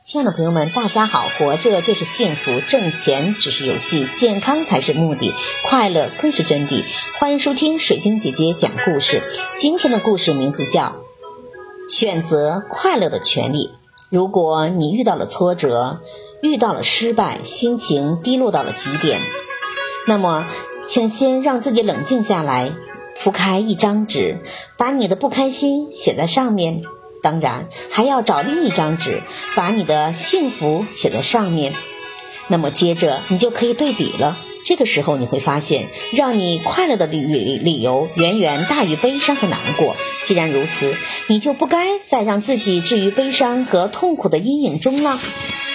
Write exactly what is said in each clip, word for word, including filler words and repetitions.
亲爱的朋友们，大家好！活着就是幸福，挣钱只是游戏，健康才是目的，快乐更是真谛。欢迎收听水晶姐姐讲故事。今天的故事名字叫选择快乐的权利。如果你遇到了挫折，遇到了失败，心情低落到了极点，那么请先让自己冷静下来，铺开一张纸，把你的不开心写在上面，当然还要找另一张纸，把你的幸福写在上面。那么接着你就可以对比了，这个时候你会发现，让你快乐的理理由远远大于悲伤和难过。既然如此，你就不该再让自己置于悲伤和痛苦的阴影中了。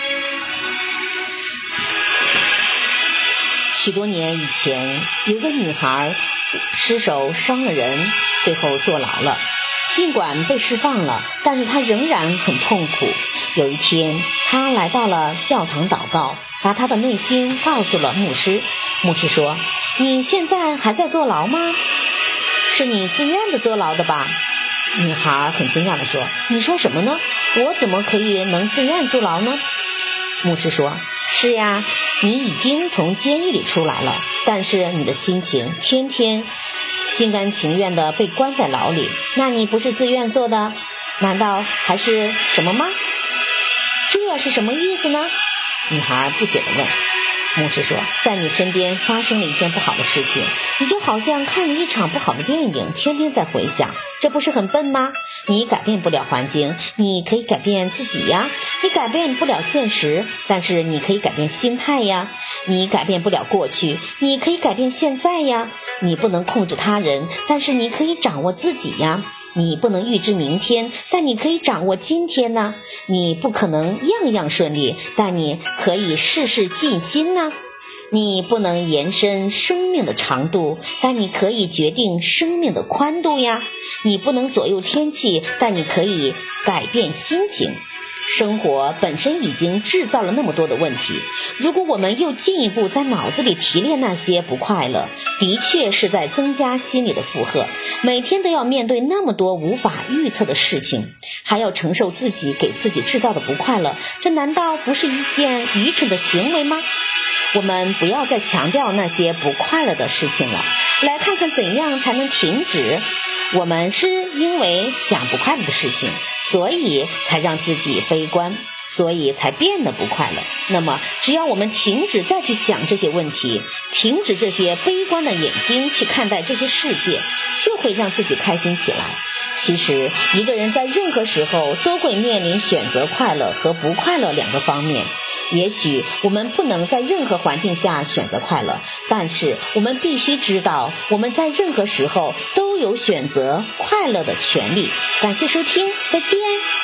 许多年以前，有个女孩失手伤了人，最后坐牢了。尽管被释放了，但是她仍然很痛苦。有一天，她来到了教堂祷告，把她的内心告诉了牧师。牧师说：“你现在还在坐牢吗？是你自愿的坐牢的吧？”女孩很惊讶地说：“你说什么呢？我怎么可以能自愿坐牢呢？”牧师说：“是呀，你已经从监狱里出来了，但是你的心情天天心甘情愿地被关在牢里，那你不是自愿做的，难道还是什么吗？这是什么意思呢？”女孩不解地问。牧师说：“在你身边发生了一件不好的事情，你就好像看了一场不好的电影，天天在回想，这不是很笨吗？你改变不了环境，你可以改变自己呀。你改变不了现实，但是你可以改变心态呀。你改变不了过去，你可以改变现在呀。你不能控制他人，但是你可以掌握自己呀。你不能预知明天，但你可以掌握今天呢。你不可能样样顺利，但你可以事事尽心呢。你不能延伸生命的长度，但你可以决定生命的宽度呀。你不能左右天气，但你可以改变心情。生活本身已经制造了那么多的问题，如果我们又进一步在脑子里提炼那些不快乐，的确是在增加心理的负荷。每天都要面对那么多无法预测的事情，还要承受自己给自己制造的不快乐，这难道不是一件愚蠢的行为吗？我们不要再强调那些不快乐的事情了，来看看怎样才能停止。我们是因为想不快乐的事情，所以才让自己悲观，所以才变得不快乐。那么只要我们停止再去想这些问题，停止这些悲观的眼睛去看待这些世界，就会让自己开心起来。其实一个人在任何时候都会面临选择快乐和不快乐两个方面。也许我们不能在任何环境下选择快乐，但是我们必须知道，我们在任何时候都有选择快乐的权利。感谢收听，再见。